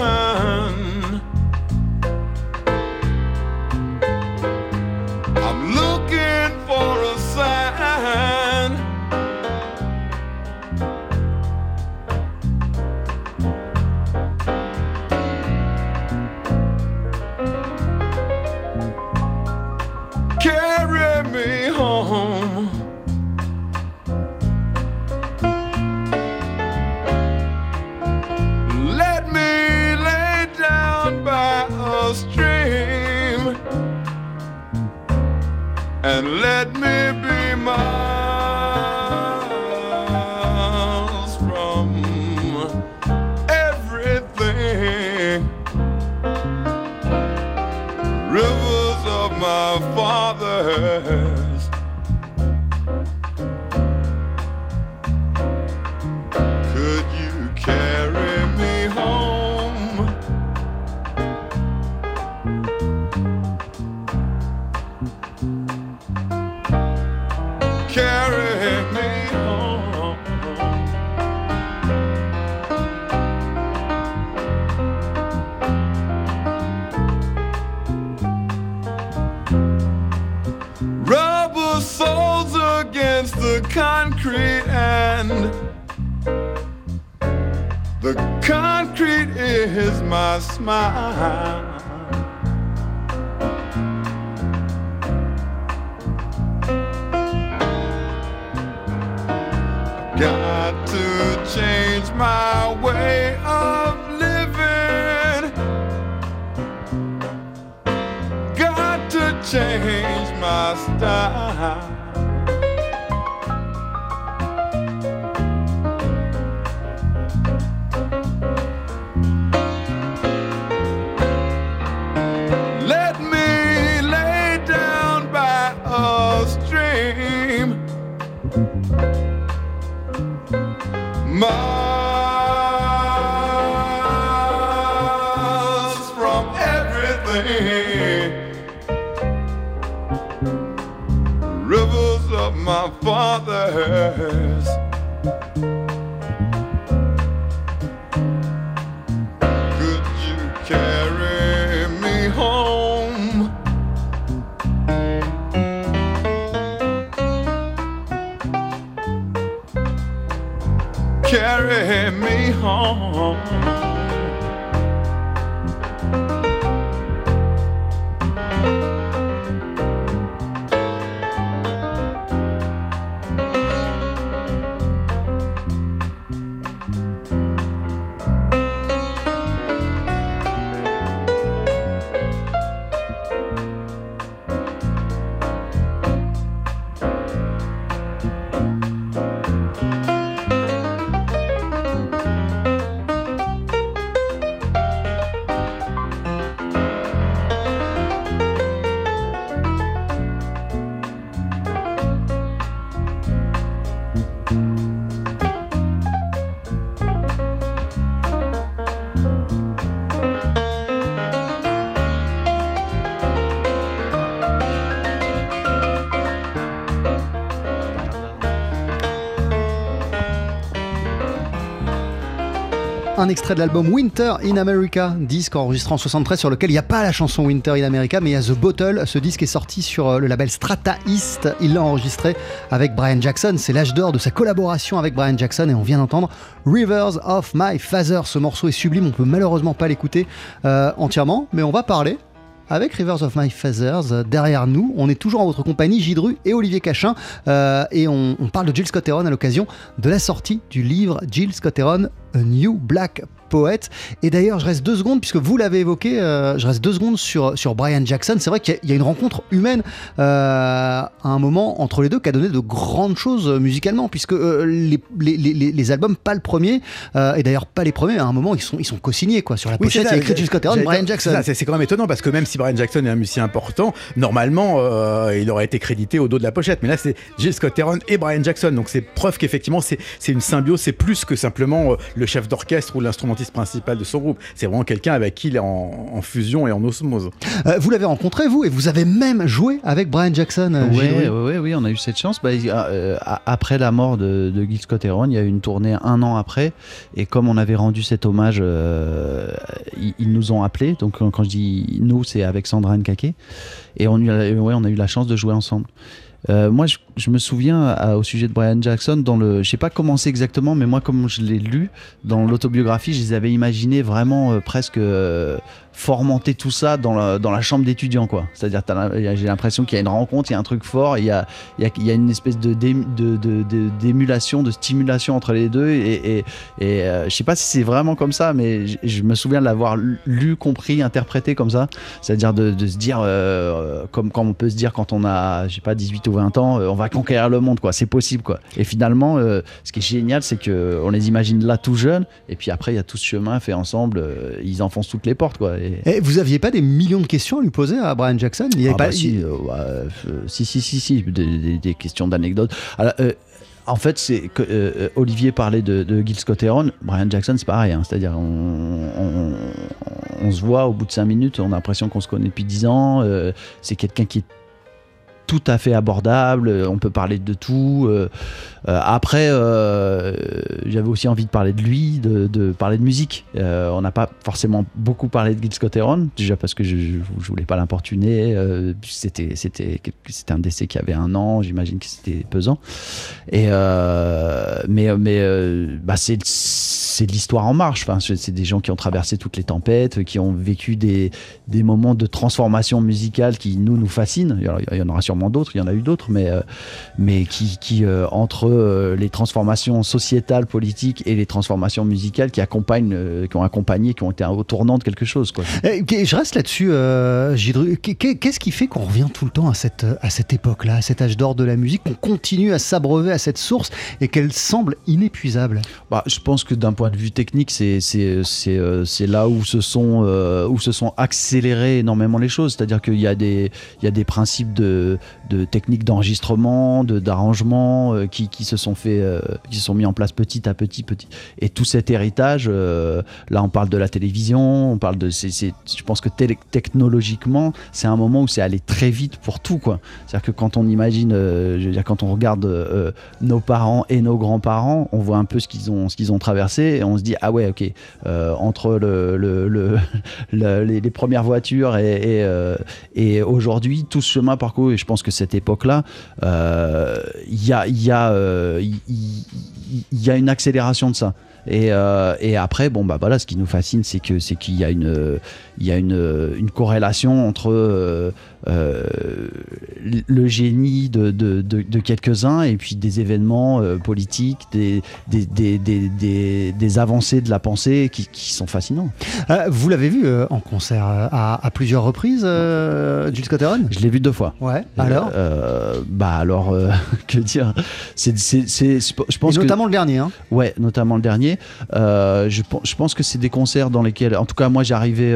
I'm looking for a sign. Carry me home. and let me be miles from everything. Rivers of my fathers, could you carry me home? Carry me home. Rubber soles against the concrete, and the concrete is my smile. Got to change my way of living. Got to change my style. Let me lay down by a stream, miles from everything. Rivers of my fathers, could you carry me home? Carry me home. Un extrait de l'album Winter in America, disque enregistré en 73 sur lequel il n'y a pas la chanson Winter in America, mais il y a The Bottle. Ce disque est sorti sur le label Strata East. Il l'a enregistré avec Brian Jackson. C'est l'âge d'or de sa collaboration avec Brian Jackson et on vient d'entendre Rivers of My Father. Ce morceau est sublime, on peut malheureusement pas l'écouter entièrement, mais on va parler avec Rivers of My Feathers derrière nous. On est toujours en votre compagnie, Gidru et Olivier Cachin, et on parle de Jill Scott Heron à l'occasion de la sortie du livre Jill Scott Heron, A New Black Poet. Et d'ailleurs, je reste 2 secondes, puisque vous l'avez évoqué, je reste 2 secondes sur Brian Jackson. C'est vrai qu'il y a une rencontre humaine à un moment entre les deux qui a donné de grandes choses musicalement, puisque les albums, pas le premier, et d'ailleurs pas les premiers, à un moment ils sont co-signés quoi. Sur la pochette, il y a écrit Jill Scott Heron, Brian Jackson. C'est quand même étonnant, parce que même si Brian Jackson est un musicien important, normalement il aurait été crédité au dos de la pochette, mais là c'est Jill Scott Heron et Brian Jackson, donc c'est preuve qu'effectivement c'est une symbiose, c'est plus que simplement le chef d'orchestre ou l'instrumentiste principal de son groupe, c'est vraiment quelqu'un avec qui il est en fusion et en osmose. Vous l'avez rencontré vous, et vous avez même joué avec Brian Jackson. Oui, on a eu cette chance. Après la mort de Gil Scott-Heron, il y a eu une tournée 1 an après, et comme on avait rendu cet hommage, ils nous ont appelés. Donc quand je dis nous, c'est avec Sandra Nkake, et on a eu la chance de jouer ensemble. Moi, je me souviens au sujet de Brian Jackson, je sais pas comment c'est exactement, mais moi, comme je l'ai lu dans l'autobiographie, je les avais imaginés vraiment presque formenter tout ça dans la chambre d'étudiants, quoi. C'est-à-dire, j'ai l'impression qu'il y a une rencontre, il y a un truc fort, il y a une espèce d'émulation, de stimulation entre les deux, et je sais pas si c'est vraiment comme ça, mais je me souviens de l'avoir lu, compris, interprété comme ça. C'est-à-dire de se dire, comme on peut se dire quand on a, je sais pas, 18 ou 20 ans, on va conquérir le monde, quoi. C'est possible, quoi. Et finalement, ce qui est génial, c'est qu'on les imagine là tout jeunes, et puis après, il y a tout ce chemin fait ensemble, ils enfoncent toutes les portes, quoi. Et vous aviez pas des millions de questions à lui poser à Brian Jackson? Il y avait pas... Si, des questions d'anecdotes. Alors, en fait, c'est que Olivier parlait de Gil Scott-Heron. Brian Jackson, c'est pareil, hein. C'est-à-dire on se voit au bout de 5 minutes, on a l'impression qu'on se connaît depuis 10 ans. C'est quelqu'un qui est tout à fait abordable, on peut parler de tout. Après, j'avais aussi envie de parler de lui, de parler de musique. On n'a pas forcément beaucoup parlé de Gil Scott-Heron, déjà parce que je voulais pas l'importuner. C'était un décès qui avait 1 an, j'imagine que c'était pesant. C'est de l'histoire en marche. Enfin, c'est des gens qui ont traversé toutes les tempêtes, qui ont vécu des moments de transformation musicale qui nous fascinent. Il y en aura sûrement d'autres, il y en a eu d'autres, mais qui entre les transformations sociétales, politiques et les transformations musicales qui ont accompagné, qui ont été au tournant de quelque chose, quoi. Je reste là-dessus, Gidru. Qu'est-ce qui fait qu'on revient tout le temps à cette époque-là, à cet âge d'or de la musique, qu'on continue à s'abreuver à cette source et qu'elle semble inépuisable? Je pense que d'un point de vue technique, c'est là où se sont accélérées énormément les choses. C'est-à-dire qu'il y a des principes de techniques d'enregistrement, d'arrangement qui se sont mis en place petit à petit. Et tout cet héritage, là on parle de la télévision, on parle je pense que technologiquement, c'est un moment où c'est allé très vite pour tout, quoi. C'est-à-dire que quand on imagine, quand on regarde nos parents et nos grands-parents, on voit un peu ce qu'ils ont traversé et on se dit ah ouais, ok, entre les premières voitures et aujourd'hui tout ce chemin parcouru. Et je pense que cette époque-là, il y a une accélération de ça. Et après, ce qui nous fascine, c'est qu'il y a une corrélation entre le génie de quelques-uns et puis des événements politiques, des avancées de la pensée qui sont fascinants. Vous l'avez vu en concert à plusieurs reprises, Gil Scott-Heron? Je l'ai vu 2 fois. Ouais. Alors que dire, je pense notamment le dernier, hein. Ouais, notamment le dernier. Je pense que c'est des concerts dans lesquels, en tout cas moi j'arrivais,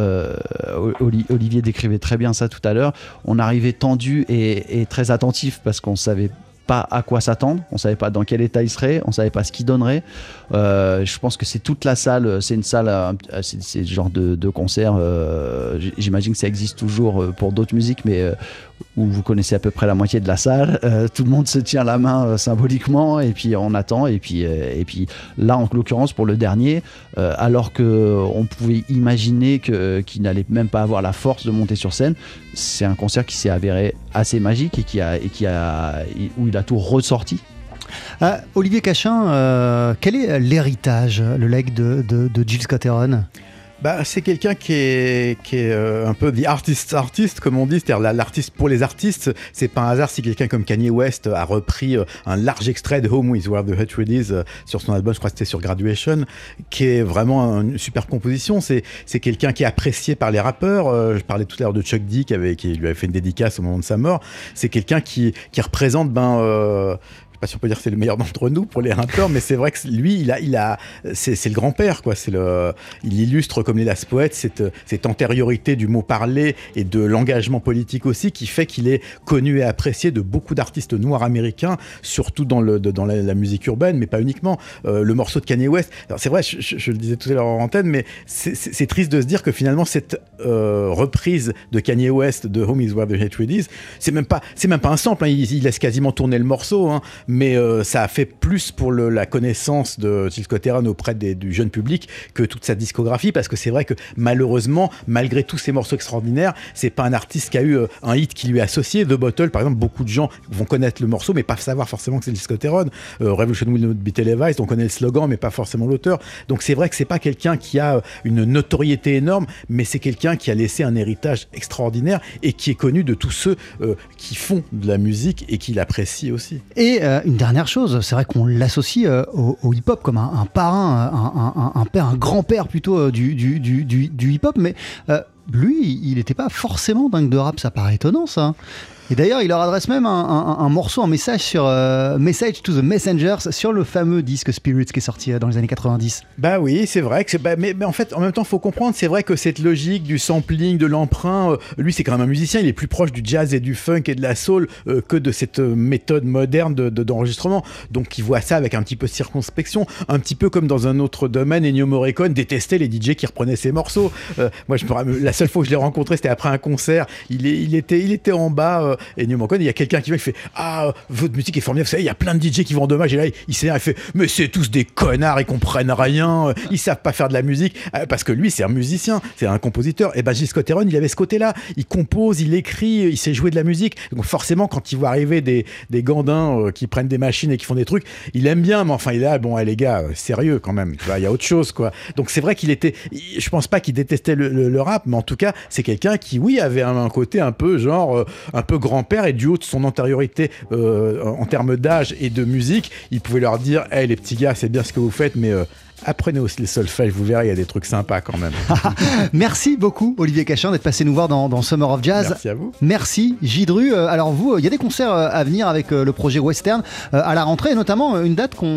Olivier décrivait très bien ça tout à l'heure, on arrivait tendu et très attentif parce qu'on savait pas à quoi s'attendre, on savait pas dans quel état il serait, on savait pas ce qu'il donnerait. Je pense que c'est toute la salle, c'est une salle, c'est ce genre de concert, j'imagine que ça existe toujours pour d'autres musiques, mais où vous connaissez à peu près la moitié de la salle, tout le monde se tient la main symboliquement et puis on attend et puis là en l'occurrence pour le dernier, alors qu'on pouvait imaginer qu'il n'allait même pas avoir la force de monter sur scène, c'est un concert qui s'est avéré assez magique et où il a tout ressorti. Olivier Cachin, quel est l'héritage, le legs de Gil Scott-Heron? C'est quelqu'un qui est un peu the artist comme on dit, c'est-à-dire l'artiste pour les artistes. C'est pas un hasard si quelqu'un comme Kanye West a repris un large extrait de Home is Where the Hatred Is sur son album, je crois que c'était sur Graduation, qui est vraiment une super composition. C'est quelqu'un qui est apprécié par les rappeurs. Je parlais tout à l'heure de Chuck D qui lui avait fait une dédicace au moment de sa mort. C'est quelqu'un qui représente je sais pas si on peut dire que c'est le meilleur d'entre nous pour les rappeurs, mais c'est vrai que lui, c'est le grand-père, quoi. Il illustre comme les Last Poets cette antériorité du mot parlé et de l'engagement politique aussi, qui fait qu'il est connu et apprécié de beaucoup d'artistes noirs américains, surtout dans la musique urbaine, mais pas uniquement. Le morceau de Kanye West, alors c'est vrai, je le disais tout à l'heure en antenne, mais c'est triste de se dire que finalement cette reprise de Kanye West de Home is Where the Hatred Is, c'est même pas un sample, hein. Il laisse quasiment tourner le morceau, hein. mais ça a fait plus pour la connaissance de Gil Scott-Heron auprès du jeune public que toute sa discographie, parce que c'est vrai que malheureusement, malgré tous ces morceaux extraordinaires, c'est pas un artiste qui a eu un hit qui lui est associé. The Bottle, par exemple, beaucoup de gens vont connaître le morceau, mais pas savoir forcément que c'est Gil Scott-Heron. Revolution Will Not Be Televised, on connaît le slogan, mais pas forcément l'auteur. Donc c'est vrai que c'est pas quelqu'un qui a une notoriété énorme, mais c'est quelqu'un qui a laissé un héritage extraordinaire et qui est connu de tous ceux qui font de la musique et qui l'apprécient aussi. Et une dernière chose, c'est vrai qu'on l'associe au hip-hop comme un parrain, un père, un grand-père plutôt du hip-hop, mais lui, il n'était pas forcément dingue de rap, ça paraît étonnant ça. Et d'ailleurs, il leur adresse même un morceau, un message sur Message to the Messengers sur le fameux disque Spirits qui est sorti dans les années 90. Bah oui, c'est vrai que mais en fait, en même temps, il faut comprendre, c'est vrai que cette logique du sampling, de l'emprunt, lui, c'est quand même un musicien, il est plus proche du jazz et du funk et de la soul que de cette méthode moderne d'enregistrement. Donc, il voit ça avec un petit peu de circonspection, un petit peu comme dans un autre domaine. Ennio Morricone détestait les DJ qui reprenaient ses morceaux. Moi, la seule fois que je l'ai rencontré, c'était après un concert. Il était en bas. Ennio Morricone, il y a quelqu'un qui vient, il fait votre musique est formidable, vous savez, il y a plein de DJ qui vont en dommage, et là il s'énerve, il fait mais c'est tous des connards, ils comprennent rien, ils savent pas faire de la musique, parce que lui c'est un musicien, c'est un compositeur. Et ben Gil Scott-Heron, il avait ce côté-là, il compose, il écrit, il sait jouer de la musique, donc forcément quand il voit arriver des gandins qui prennent des machines et qui font des trucs, il aime bien, mais enfin il est là, bon les gars, sérieux quand même, il y a autre chose quoi. Donc c'est vrai je pense pas qu'il détestait le rap, mais en tout cas c'est quelqu'un qui oui avait un côté un peu genre un peu grand-père, et du haut de son antériorité en termes d'âge et de musique, il pouvait leur dire hey, les petits gars, c'est bien ce que vous faites, mais apprenez aussi les solfèges, vous verrez, il y a des trucs sympas quand même. Merci beaucoup Olivier Cachin d'être passé nous voir dans Summer of Jazz. Merci à vous. Merci Gidru. Alors vous, il y a des concerts à venir avec le projet Western à la rentrée, et notamment une date qui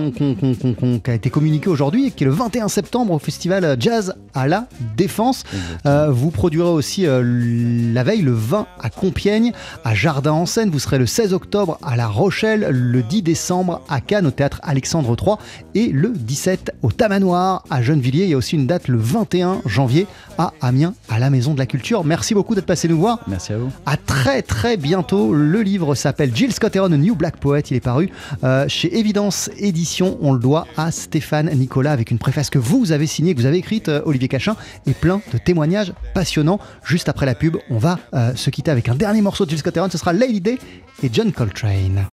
a été communiquée aujourd'hui, qui est le 21 septembre au festival Jazz à la Défense. Vous produirez aussi la veille le 20 à Compiègne, à Jardin en Seine. Vous serez le 16 octobre à La Rochelle, le 10 décembre à Cannes au théâtre Alexandre III et le 17 au Tamanoir à Gennevilliers. Il y a aussi une date le 21 janvier à Amiens à la Maison de la Culture. Merci beaucoup d'être passé nous voir. Merci à vous. À très très bientôt. Le livre s'appelle Gil Scott-Heron, A New Black Poet. Il est paru chez Évidence Éditions. On le doit à Stéphane Nicolas avec une préface que vous avez signée, que vous avez écrite, Olivier Cachin, et plein de témoignages passionnants. Juste après la pub, on va se quitter avec un dernier morceau de Gil Scott-Heron. Ce sera Lady Day et John Coltrane.